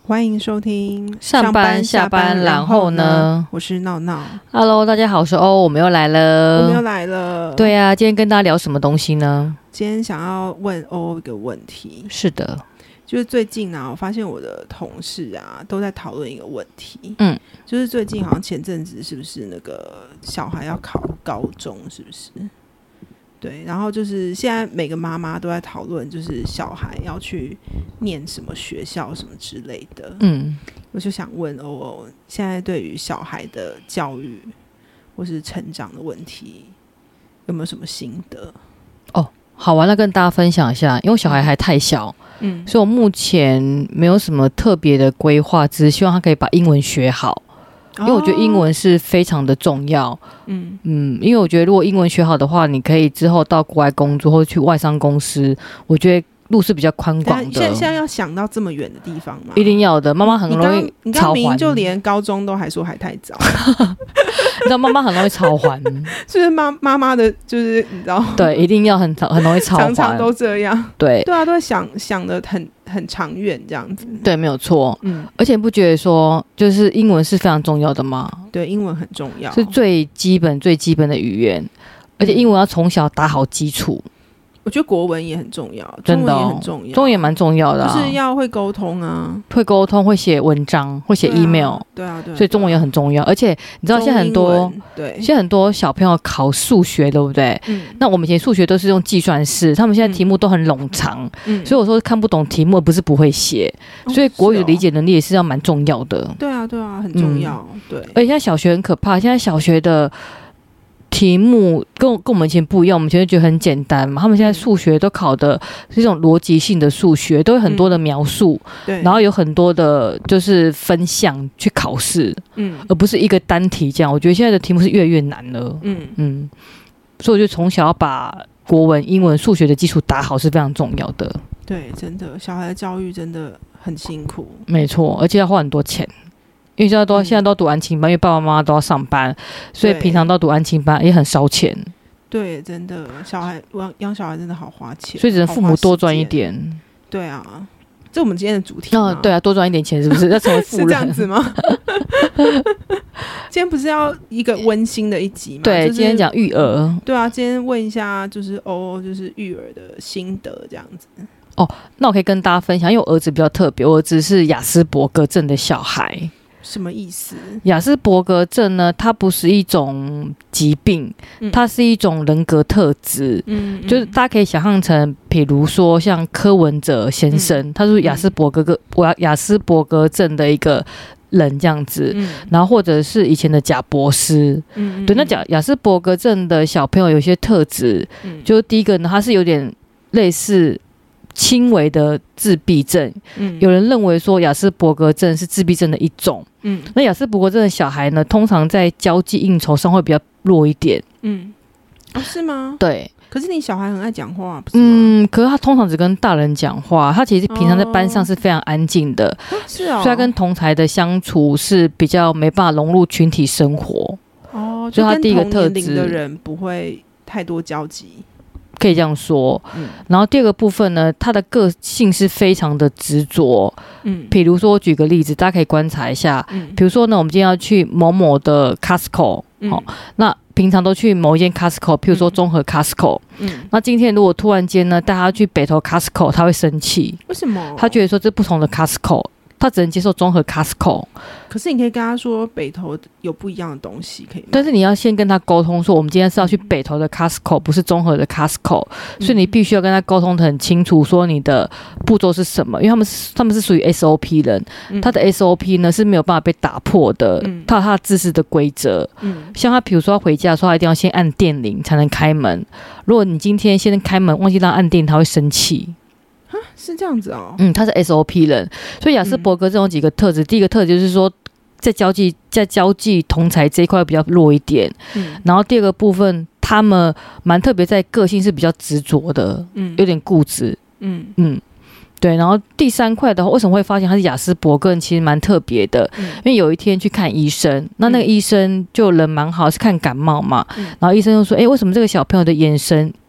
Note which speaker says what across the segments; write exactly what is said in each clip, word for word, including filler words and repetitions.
Speaker 1: 欢迎收听
Speaker 2: 上班下班然后呢，
Speaker 1: 我是闹闹。
Speaker 2: Hello， 大家好，我是欧，我们又来了，
Speaker 1: 我们又来了。
Speaker 2: 对啊，今天跟大家聊什么东西呢？
Speaker 1: 今天想要问欧一个问题。
Speaker 2: 是的，
Speaker 1: 就是最近啊，我发现我的同事啊都在讨论一个问题。
Speaker 2: 嗯，
Speaker 1: 就是最近好像前阵子是不是那个小孩要考高中，是不是？对，然后就是现在每个妈妈都在讨论，就是小孩要去念什么学校什么之类的。
Speaker 2: 嗯，
Speaker 1: 我就想问欧欧，现在对于小孩的教育或是成长的问题，有没有什么心得？
Speaker 2: 哦，好玩，那跟大家分享一下，因为小孩还太小，嗯，所以我目前没有什么特别的规划，只是希望他可以把英文学好。因为我觉得英文是非常的重要，嗯嗯，因为我觉得如果英文学好的话，你可以之后到国外工作或者去外商公司，我觉得路是比较宽广的。
Speaker 1: 现在现在要想到这么远的地方吗？
Speaker 2: 一定要的，妈妈很容易超环。
Speaker 1: 你刚明明就连高中都还说还太早，
Speaker 2: 你知道妈妈很容易超环，
Speaker 1: 就是妈妈妈的，就是你知道，
Speaker 2: 对，一定要很很容易超环，
Speaker 1: 常常都这样，
Speaker 2: 对
Speaker 1: 对啊，都会想想的很很长远这样子，
Speaker 2: 对，没有错，嗯，而且你不觉得说，就是英文是非常重要的吗？
Speaker 1: 对，英文很重要，
Speaker 2: 是最基本最基本的语言，而且英文要从小打好基础。
Speaker 1: 我觉得国文也很重要，
Speaker 2: 真的、哦、
Speaker 1: 中文也很重要，
Speaker 2: 中文也蛮重要的、啊，
Speaker 1: 就是要会沟通啊，
Speaker 2: 会沟通，会写文章，会写 email，
Speaker 1: 对啊，对啊，
Speaker 2: 所以中文也很重要。而且你知道现在很多，
Speaker 1: 对，
Speaker 2: 现在很多小朋友考数学，对不对？嗯，那我们以前数学都是用计算式，他们现在题目都很冗长，嗯，所以我说看不懂题目，不是不会写，嗯、所以国语的理解能力也是要蛮重要的。
Speaker 1: 对啊，对啊，很重要。嗯、对，
Speaker 2: 而且现在小学很可怕，现在小学的题目跟跟我们以前不一样，我们以前觉得很简单嘛。他们现在数学都考的是一种逻辑性的数学，都有很多的描述，嗯、然后有很多的就是分项去考试，嗯，而不是一个单题这样。我觉得现在的题目是越来越难了，嗯嗯，所以我觉得从小要把国文、英文、数学的基础打好是非常重要的。
Speaker 1: 对，真的，小孩的教育真的很辛苦，
Speaker 2: 没错，而且要花很多钱。因为现在都、嗯、现在都读安亲班，因为爸爸妈妈都要上班，所以平常都读安亲班也很烧钱。
Speaker 1: 对，真的，小孩养小孩真的好花钱，
Speaker 2: 所以只能父母多赚一点。
Speaker 1: 对啊，这是我们今天的主题。
Speaker 2: 哦，对啊，多赚一点钱是不是？要成为富人
Speaker 1: 是这样子吗？今天不是要一个温馨的一集吗？
Speaker 2: 对，
Speaker 1: 就是、
Speaker 2: 今天讲育儿。
Speaker 1: 对啊，今天问一下，就是哦，就是育儿的心得这样子。
Speaker 2: 哦，那我可以跟大家分享，因为我儿子比较特别，我儿子是亚斯伯格症的小孩。
Speaker 1: 什么意思？
Speaker 2: 亚斯伯格症呢？它不是一种疾病，嗯、它是一种人格特质。嗯，就是大家可以想象成，比如说像柯文哲先生，嗯、他是亚斯伯格个亚斯伯格症的一个人这样子。嗯、然后或者是以前的贾博士。嗯，对，那贾亚斯伯格症的小朋友有些特质，嗯、就是第一个呢，他是有点类似轻微的自闭症，嗯、有人认为说亚斯伯格症是自闭症的一种，嗯、那亚斯伯格症的小孩呢，通常在交际应酬上会比较弱一点，嗯，
Speaker 1: 哦，是吗？
Speaker 2: 对。
Speaker 1: 可是你小孩很爱讲话，不是吗？
Speaker 2: 嗯，可是他通常只跟大人讲话，他其实平常在班上是非常安静的，
Speaker 1: 哦、是哦，
Speaker 2: 所以他跟同侪的相处是比较没办法融入群体生活，
Speaker 1: 哦，
Speaker 2: 所以他第一个特质，
Speaker 1: 跟同年龄的人不会太多交集。
Speaker 2: 可以这样说，嗯、然后第二个部分呢，他的个性是非常的执着，嗯，比如说我举个例子，大家可以观察一下，嗯，比如说呢，我们今天要去某某的 Costco，嗯哦、那平常都去某一间 Costco， 譬如说中和 Costco，嗯，那今天如果突然间呢带他去北投 Costco， 他会生气，
Speaker 1: 为什么？
Speaker 2: 他觉得说这不同的 Costco。他只能接受综合 Costco，
Speaker 1: 可是你可以跟他说北投有不一样的东西可以买，
Speaker 2: 但是你要先跟他沟通说我们今天是要去北投的 Costco， 不是综合的 Costco，嗯、所以你必须要跟他沟通得很清楚，说你的步骤是什么，因为他们是他们是属于 S O P 人，嗯、他的 S O P 呢是没有办法被打破的，嗯、他有他的自私的规则，嗯、像他比如说他回家的时候，他一定要先按电铃才能开门，如果你今天先开门忘记让他按电铃，他会生气。
Speaker 1: 是这样子哦，
Speaker 2: 嗯，他是 S O P 人，所以亚斯伯格这种几个特质，嗯、第一个特质就是说，在交际在交际同侪这一块比较弱一点，嗯，然后第二个部分，他们蛮特别，在个性是比较执着的，嗯，有点固执，嗯嗯，对，然后第三块的话，为什么会发现他是亚斯伯格，其实蛮特别的，嗯、因为有一天去看医生，那那个医生就人蛮好，是看感冒嘛，嗯、然后医生就说，哎，为什么这个小朋友的眼神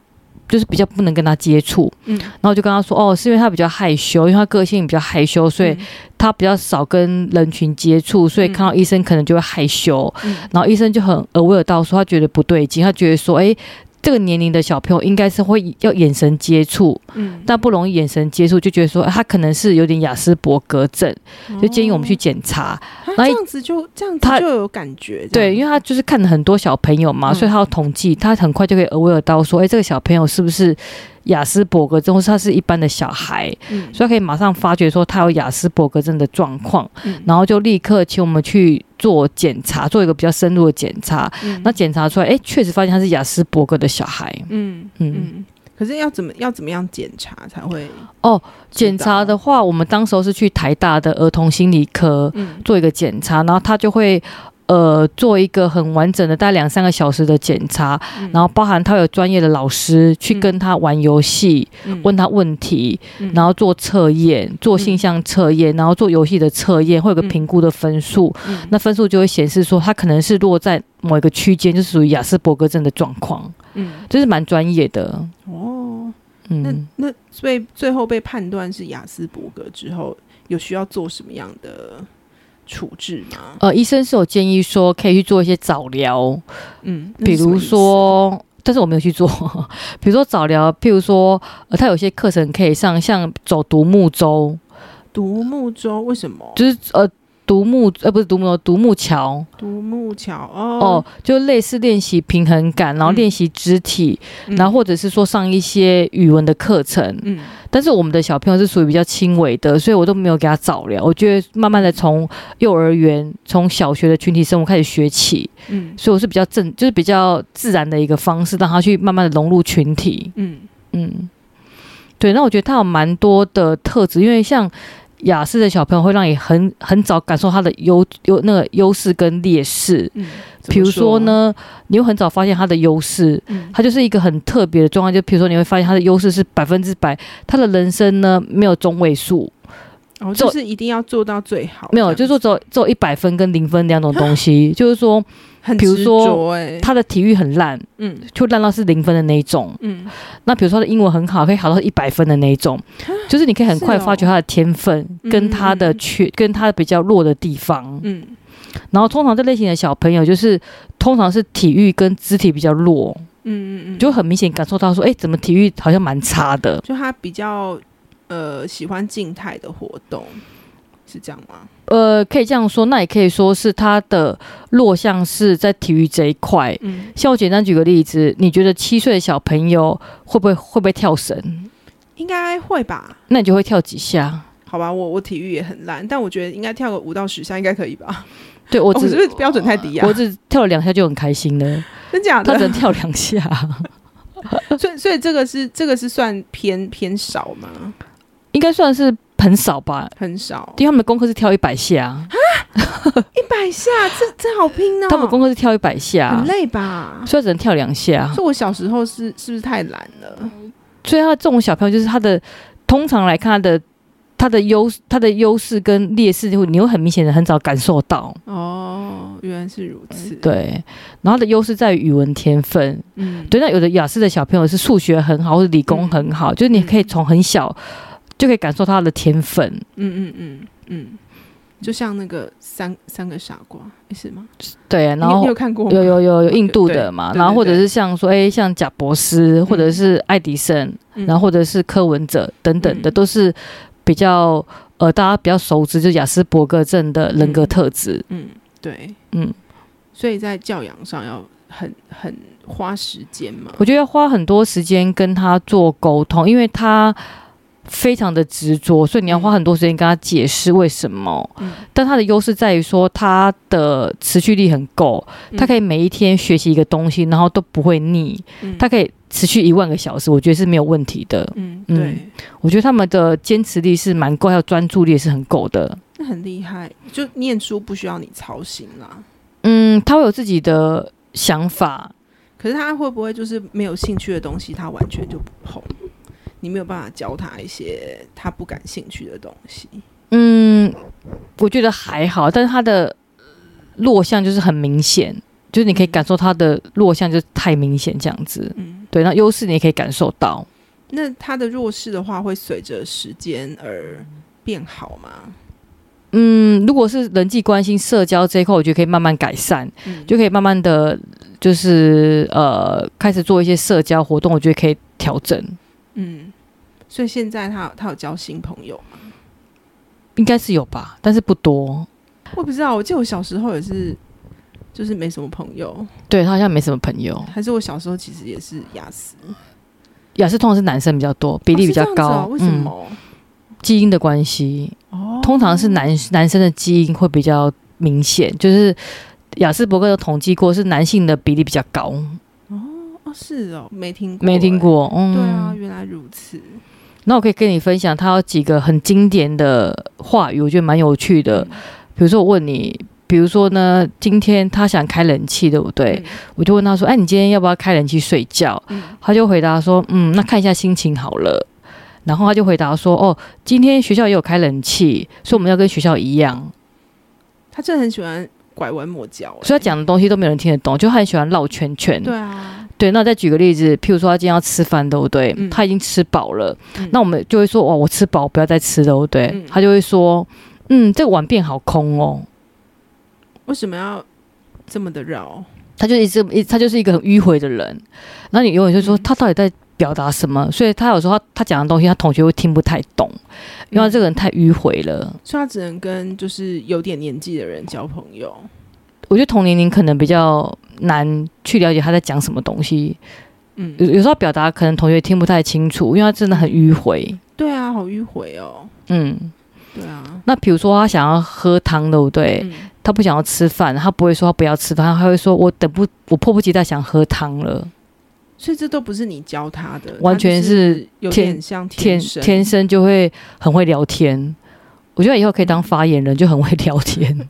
Speaker 2: 就是比较不能跟他接触，嗯，然后就跟他说，哦，是因为他比较害羞，因为他个性比较害羞，所以他比较少跟人群接触，所以看到医生可能就会害羞，嗯，然后医生就很aware到说他觉得不对劲，他觉得说，哎，这个年龄的小朋友应该是会要眼神接触，嗯，但不容易眼神接触，就觉得说他可能是有点亚斯伯格症，哦，就建议我们去检查。
Speaker 1: 然后这样子就这样子就有感觉，
Speaker 2: 对，因为他就是看了很多小朋友嘛，嗯，所以他要统计，他很快就可以 aware 到说，哎，这个小朋友是不是亚斯伯格症，或是他是一般的小孩，嗯，所以他可以马上发觉说他有亚斯伯格症的状况，嗯，然后就立刻请我们去做检查，做一个比较深入的检查，嗯，那检查出来，哎，确实发现他是亚斯伯格的小孩，嗯
Speaker 1: 嗯嗯。可是要怎么要怎么样检查才会？
Speaker 2: 哦，检查的话，我们当时候是去台大的儿童心理科做一个检查，嗯，然后他就会呃做一个很完整的大概两三个小时的检查，嗯，然后包含他有专业的老师去跟他玩游戏，嗯，问他问题，嗯，然后做测验，做性向测验，然后做游戏的测验，会有个评估的分数，嗯，那分数就会显示说他可能是落在某一个区间，就是属于亚斯伯格症的状况，嗯，就是蛮专业的。
Speaker 1: 哦，嗯，那那所以最后被判断是亚斯伯格之后，有需要做什么样的处置吗？
Speaker 2: 呃，医生是有建议说可以去做一些早疗，嗯，比如说，但是我没有去做，比如说早疗，譬如说，呃，他有些课程可以上，像走独木舟。
Speaker 1: 独木舟为什么？
Speaker 2: 就是呃。独木呃不是独木独木桥，
Speaker 1: 独木桥 哦,
Speaker 2: 哦，就类似练习平衡感，然后练习肢体，嗯，然后或者是说上一些语文的课程，嗯，但是我们的小朋友是属于比较轻微的，所以我都没有给他早疗。我觉得慢慢的从幼儿园、从小学的群体生活开始学起，嗯，所以我是比较正，就是比较自然的一个方式，让他去慢慢的融入群体，嗯嗯，对。那我觉得他有蛮多的特质，因为像亚斯的小朋友会让你很很早感受他的优优那个优势跟劣势，嗯，比如说呢，你会很早发现他的优势，嗯，他就是一个很特别的状况，就比如说你会发现他的优势是百分之百，他的人生呢没有中位数。
Speaker 1: 哦，就是一定要做到最好，
Speaker 2: 没有，就是说只有只有一百分跟零分两种东西，就是说，比如说他的体育很烂，嗯，就烂到是零分的那一种，嗯，那比如说他的英文很好，可以考到一百分的那一种，就是你可以很快发掘他的天分跟他的缺，嗯，跟他比较弱的地方，嗯，然后通常这类型的小朋友就是通常是体育跟肢体比较弱，嗯嗯嗯，就很明显感受到说，哎，怎么体育好像蛮差的，
Speaker 1: 就他比较。呃，喜欢静态的活动，是这样吗？
Speaker 2: 呃，可以这样说，那也可以说是他的弱项是在体育这一块。嗯，像我简单举个例子，你觉得七岁的小朋友会不会会不会跳绳？
Speaker 1: 应该会吧。
Speaker 2: 那你就会跳几下？
Speaker 1: 好吧，我我体育也很烂，但我觉得应该跳个五到十下应该可以吧。
Speaker 2: 对，我只、
Speaker 1: 哦、是不是标准太低啊？
Speaker 2: 我只跳了两下就很开心了，
Speaker 1: 真假的？
Speaker 2: 他只能跳两下。
Speaker 1: 所以，所以这个是这个是算偏偏少吗？
Speaker 2: 应该算是很少吧，
Speaker 1: 很少。
Speaker 2: 因为他们的功课是跳一百下啊，
Speaker 1: 一百下，这这好拼哦。
Speaker 2: 他们功课是跳一百下，
Speaker 1: 很累吧？
Speaker 2: 所以只能跳两下。
Speaker 1: 所以我小时候是是不是太懒了？
Speaker 2: 所以他这种小朋友就是他的，通常来看他的他的优他的优势跟劣势，你会很明显的很早感受到。
Speaker 1: 哦，原来是如此。
Speaker 2: 对，然后他的优势在于语文天分。嗯，对。那有的亚斯的小朋友是数学很好，或者理工很好，嗯、就是你可以从很小。就可以感受他的天分，
Speaker 1: 嗯嗯嗯嗯，就像那个三三个傻瓜，是吗？
Speaker 2: 对啊，然后
Speaker 1: 你有看过吗？
Speaker 2: 有有有有印度的嘛，然后或者是像说，哎，像贾伯斯，或者是爱迪生，嗯、然后或者是柯文哲等等的，嗯、都是比较呃大家比较熟知，就是亚斯伯格症的人格特质。
Speaker 1: 嗯，嗯对，嗯，所以在教养上要很很花时间嘛。
Speaker 2: 我觉得要花很多时间跟他做沟通，因为他。非常的执着，所以你要花很多时间跟他解释为什么。嗯、但他的优势在于说，他的持续力很够，嗯、他可以每一天学习一个东西，然后都不会腻。嗯、他可以持续一万个小时，我觉得是没有问题的。嗯，对，嗯、我觉得他们的坚持力是蛮够，还有专注力也是很够的。
Speaker 1: 那很厉害，就念书不需要你操心啦。
Speaker 2: 嗯，他会有自己的想法，
Speaker 1: 可是他会不会就是没有兴趣的东西，他完全就不碰？你没有办法教他一些他不感兴趣的东西。
Speaker 2: 嗯，我觉得还好，但是他的弱项就是很明显，就是你可以感受他的弱项就是太明显这样子。嗯对，那优势你也可以感受到。
Speaker 1: 那他的弱势的话，会随着时间而变好吗？
Speaker 2: 嗯，如果是人际关系、社交这一块，我觉得可以慢慢改善，嗯、就可以慢慢的，就是呃，开始做一些社交活动，我觉得可以调整。嗯，
Speaker 1: 所以现在他他有交新朋友吗？
Speaker 2: 应该是有吧，但是不多。
Speaker 1: 我不知道，我记得我小时候也是，就是没什么朋友。
Speaker 2: 对，他好像没什么朋友。
Speaker 1: 还是我小时候其实也是亚斯。
Speaker 2: 亚斯通常是男生比较多，比例比较高。
Speaker 1: 哦哦、为什么、
Speaker 2: 嗯？基因的关系。哦。通常是男男生的基因会比较明显，就是亚斯伯格有统计过，是男性的比例比较高。
Speaker 1: 哦哦，是哦，没听过、欸，
Speaker 2: 没听过。嗯，
Speaker 1: 对啊，原来如此。
Speaker 2: 那我可以跟你分享，他有几个很经典的话语，我觉得蛮有趣的。嗯、比如说，我问你。比如说呢，今天他想开冷气，对不对？嗯、我就问他说：“哎，你今天要不要开冷气睡觉？”嗯、他就回答说：“嗯，那看一下心情好了。”然后他就回答说：“哦，今天学校也有开冷气，所以我们要跟学校一样。”
Speaker 1: 他真的很喜欢拐弯抹角、欸，
Speaker 2: 所以他讲的东西都没有人听得懂，就很喜欢绕圈圈。
Speaker 1: 对啊，
Speaker 2: 对。那再举个例子，譬如说他今天要吃饭，对不对？嗯、他已经吃饱了，嗯、那我们就会说：“哇，我吃饱，不要再吃了，对不对？”嗯、他就会说：“嗯，这个碗变好空哦。”
Speaker 1: 为什么要这么的绕？
Speaker 2: 他就一直一他就是一个很迂回的人，然后你永远就说他到底在表达什么？嗯、所以他有时候他他讲的东西，他同学会听不太懂，因为他这个人太迂回了，嗯、
Speaker 1: 所以他只能跟就是有点年纪的人交朋友。
Speaker 2: 我觉得同年龄可能比较难去了解他在讲什么东西。嗯，有有时候表达可能同学听不太清楚，因为他真的很迂回。
Speaker 1: 对啊，好迂回哦。嗯，对啊。
Speaker 2: 那比如说他想要喝汤，对不对？嗯、他不想要吃饭，他不会说他不要吃饭，他会说我等不我迫不及待想喝汤了。
Speaker 1: 所以这都不是你教他的，
Speaker 2: 完全是
Speaker 1: 有点像天生
Speaker 2: 天生就会很会聊天。我觉得以后可以当发言人，就很会聊天。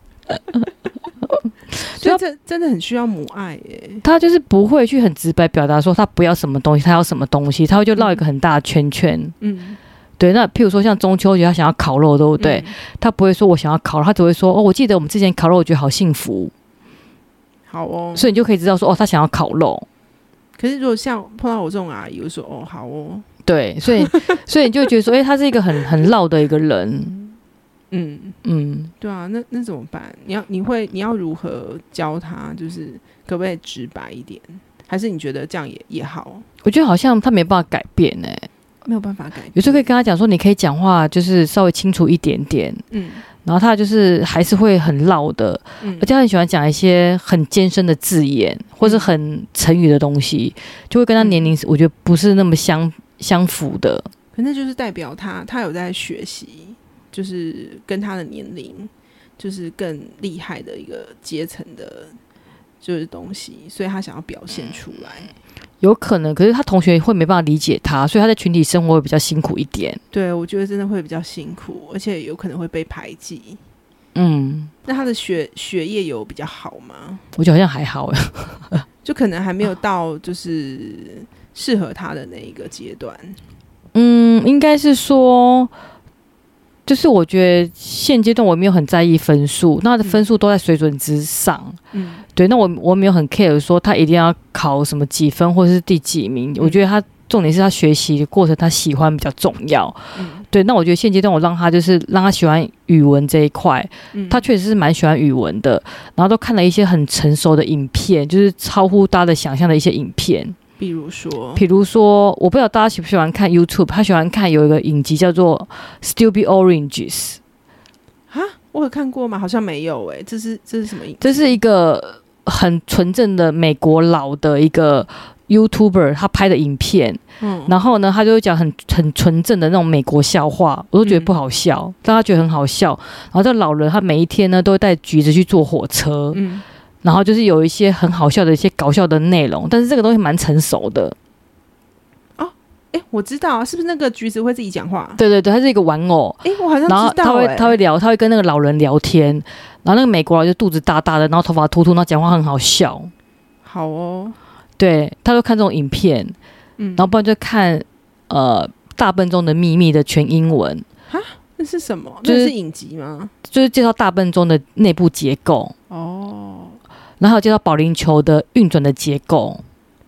Speaker 1: 所以这真的很需要母爱耶。
Speaker 2: 他就是不会去很直白表达说他不要什么东西，他要什么东西，他会就绕一个很大的圈圈。嗯。对，那譬如说像中秋节他想要烤肉，对不对？嗯、他不会说我想要烤肉，他只会说哦，我记得我们之前烤肉，我觉得好幸福。
Speaker 1: 好哦，
Speaker 2: 所以你就可以知道说哦，他想要烤肉。
Speaker 1: 可是如果像碰到我这种阿姨，我说哦，好哦。
Speaker 2: 对，所以所以你就会觉得说，哎、欸，他是一个很很绕的一个人。
Speaker 1: 嗯嗯，对啊，那那怎么办？你要你会你要如何教他？就是可不可以直白一点？还是你觉得这样也也好？
Speaker 2: 我觉得好像他没办法改变哎、欸。
Speaker 1: 没有办法改变，
Speaker 2: 有时候可以跟他讲说，你可以讲话就是稍微清楚一点点，嗯，然后他就是还是会很绕的，嗯，而且他很喜欢讲一些很艰深的字眼，或是很成语的东西，就会跟他年龄我觉得不是那么相相符的。
Speaker 1: 可那就是代表他他有在学习，就是跟他的年龄就是更厉害的一个阶层的，就是东西，所以他想要表现出来。
Speaker 2: 有可能，可是他同学会没办法理解他，所以他在群体生活会比较辛苦一点。
Speaker 1: 对，我觉得真的会比较辛苦，而且有可能会被排挤。嗯，那他的学学业有比较好吗？
Speaker 2: 我觉得好像还好
Speaker 1: 就可能还没有到就是适合他的那一个阶段。
Speaker 2: 嗯，应该是说，就是我觉得现阶段我没有很在意分数，那他的分数都在水准之上。嗯，对，那我我没有很 care 说他一定要考什么几分或者是第几名，嗯、我觉得他重点是他学习的过程他喜欢比较重要。嗯，对，那我觉得现阶段我让他就是让他喜欢语文这一块，嗯、他确实是蛮喜欢语文的，然后都看了一些很成熟的影片，就是超乎大家的想象的一些影片。
Speaker 1: 比如说，
Speaker 2: 比如说，我不知道大家喜不喜欢看 YouTube， 他喜欢看有一个影集叫做《Stupid Oranges》。
Speaker 1: 啊，我有看过吗？好像没有诶、欸。这是这是什么影集？
Speaker 2: 这是一个很纯正的美国老的一个 YouTuber 他拍的影片。嗯，然后呢，他就会讲很很纯正的那种美国笑话，我都觉得不好笑，嗯、但他觉得很好笑。然后这老人他每一天呢都会带橘子去坐火车。嗯。然后就是有一些很好笑的一些搞笑的内容，但是这个东西蛮成熟的。
Speaker 1: 哦，哎，我知道啊，是不是那个橘子会自己讲话？
Speaker 2: 对对对，它是一个玩偶。
Speaker 1: 哎，我好像知道。然后
Speaker 2: 他会他会聊，他会跟那个老人聊天。然后那个美国人就肚子大大的，然后头发秃秃，然后讲话很好笑。
Speaker 1: 好哦。
Speaker 2: 对，他就看这种影片，嗯，然后不然就看呃《大笨钟的秘密》的全英文。
Speaker 1: 哈，那是什么？就是、那是影集吗？
Speaker 2: 就是介绍大笨钟的内部结构。哦。然后还有介绍保龄球的运转的结构。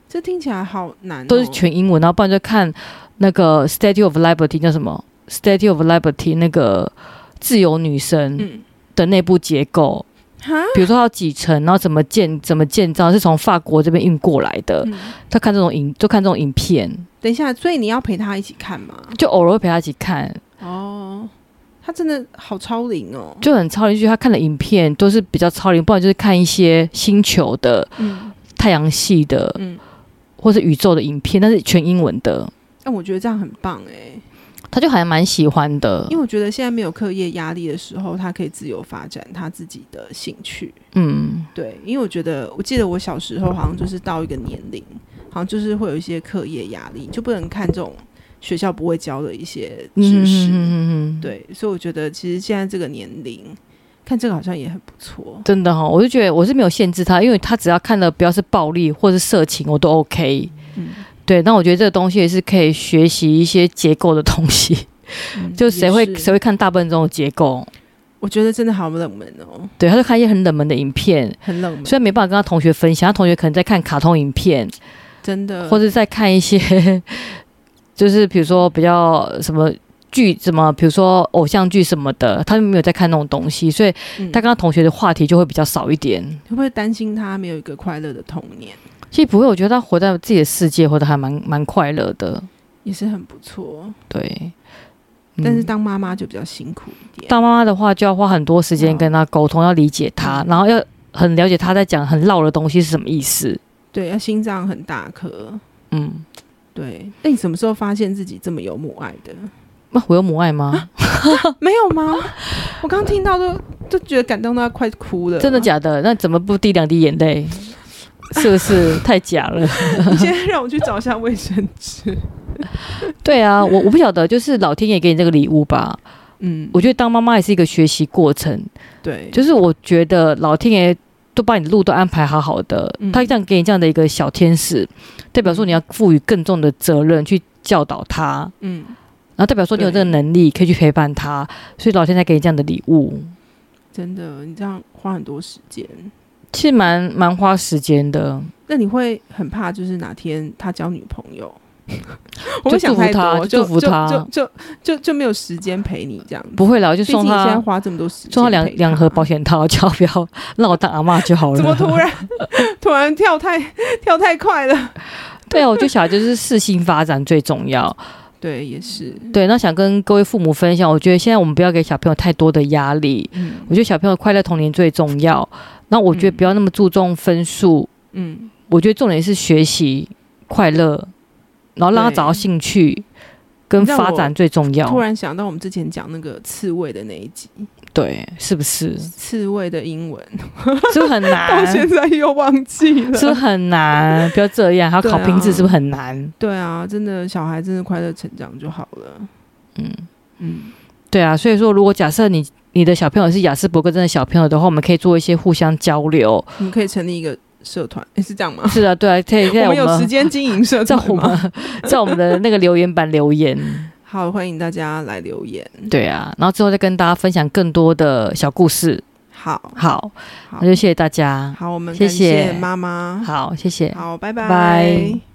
Speaker 1: 这听起来好难、哦，
Speaker 2: 都是全英文，然后不然就看那个 Statue of Liberty 叫什么 Statue of Liberty 那个自由女神的内部结构。嗯、比如说它有几层，然后怎么建怎么建造，是从法国这边运过来的。嗯、他看这种影，就看这种影片。
Speaker 1: 等一下，所以你要陪他一起看吗？
Speaker 2: 就偶尔会陪他一起看。
Speaker 1: 哦，他真的好超龄哦，
Speaker 2: 就很超龄。就他看的影片都是比较超龄，不然就是看一些星球的、嗯、太阳系的，嗯、或是宇宙的影片，但是全英文的。
Speaker 1: 但我觉得这样很棒哎。
Speaker 2: 他就还蛮喜欢的，
Speaker 1: 因为我觉得现在没有课业压力的时候，他可以自由发展他自己的兴趣。
Speaker 2: 嗯，
Speaker 1: 对，因为我觉得，我记得我小时候好像就是到一个年龄，好像就是会有一些课业压力，就不能看这种学校不会教的一些知识。嗯嗯嗯对，所以我觉得其实现在这个年龄看这个好像也很不错。
Speaker 2: 真的哈、哦，我就觉得我是没有限制他，因为他只要看的不要是暴力或是色情，我都 OK。嗯。对，那我觉得这个东西也是可以学习一些结构的东西，嗯、就谁会谁会看大笨钟的结构？
Speaker 1: 我觉得真的好冷门哦。
Speaker 2: 对，他就看一些很冷门的影片，
Speaker 1: 很冷门，
Speaker 2: 虽然没办法跟他同学分享，他同学可能在看卡通影片，
Speaker 1: 真的，
Speaker 2: 或者在看一些，就是比如说比较什么剧，什么比如说偶像剧什么的，他没有在看那种东西，所以他跟他同学的话题就会比较少一点。
Speaker 1: 嗯、会不会担心他没有一个快乐的童年？
Speaker 2: 其实不会，我觉得他活在自己的世界，活得还蛮蛮快乐的，
Speaker 1: 也是很不错。
Speaker 2: 对，
Speaker 1: 嗯、但是当妈妈就比较辛苦一点。
Speaker 2: 当妈妈的话，就要花很多时间跟他沟通，要理解他，嗯、然后要很了解他在讲很绕的东西是什么意思。
Speaker 1: 对，要心脏很大颗。
Speaker 2: 嗯，
Speaker 1: 对。那你什么时候发现自己这么有母爱的？
Speaker 2: 啊、我有母爱吗？
Speaker 1: 没有吗？我刚听到都就觉得感动到快哭了。
Speaker 2: 真的假的？那怎么不滴两滴眼泪？是不是太假了？
Speaker 1: 你先让我去找一下卫生纸。
Speaker 2: 对啊，我我不晓得，就是老天爷给你这个礼物吧。嗯，我觉得当妈妈也是一个学习过程。
Speaker 1: 对，
Speaker 2: 就是我觉得老天爷都把你的路都安排好好的，嗯、他这样给你这样的一个小天使，代表说你要赋予更重的责任去教导他。嗯，然后代表说你有这个能力可以去陪伴他，所以老天才给你这样的礼物。
Speaker 1: 真的，你这样花很多时间。
Speaker 2: 其实蛮蛮花时间的。
Speaker 1: 那你会很怕，就是哪天他交女朋友，我会想太多，
Speaker 2: 就祝福他，
Speaker 1: 就就就就就没有时间陪你这样子。
Speaker 2: 不会啦，我就送他。
Speaker 1: 现在花这么多时间，
Speaker 2: 送他两两盒保险套，就不要让我当阿嬷就好了。
Speaker 1: 怎么突然突然跳太跳太快了？
Speaker 2: 对啊，我觉得小孩就是适性发展最重要。
Speaker 1: 对，也是
Speaker 2: 对。那想跟各位父母分享，我觉得现在我们不要给小朋友太多的压力。嗯，我觉得小朋友快乐童年最重要。那我觉得不要那么注重分数。嗯，我觉得重点是学习快乐，然后让他找到兴趣跟发展最重要。
Speaker 1: 突然想到我们之前讲那个刺猬的那一集，
Speaker 2: 对，是不是
Speaker 1: 刺猬的英文
Speaker 2: 是不是很难？
Speaker 1: 到现在又忘记了，
Speaker 2: 是不是很难？不要这样，还要考评字，是不是很难？
Speaker 1: 对啊，真的小孩真的快乐成长就好了。嗯
Speaker 2: 嗯，对啊，所以说如果假设你你的小朋友是亚斯伯格症的小朋友的话，我们可以做一些互相交流。
Speaker 1: 我们可以成立一个社团，是这样吗？
Speaker 2: 是啊，对啊，可以。
Speaker 1: 我们有时间经营社团吗？
Speaker 2: 在我们在我们的那个留言板留言。
Speaker 1: 好，欢迎大家来留言。
Speaker 2: 对啊，然后之后再跟大家分享更多的小故事。
Speaker 1: 好，
Speaker 2: 好，那就谢谢大家。
Speaker 1: 好，我们
Speaker 2: 谢谢
Speaker 1: 妈妈。
Speaker 2: 好，谢谢。
Speaker 1: 好，拜拜。
Speaker 2: 拜。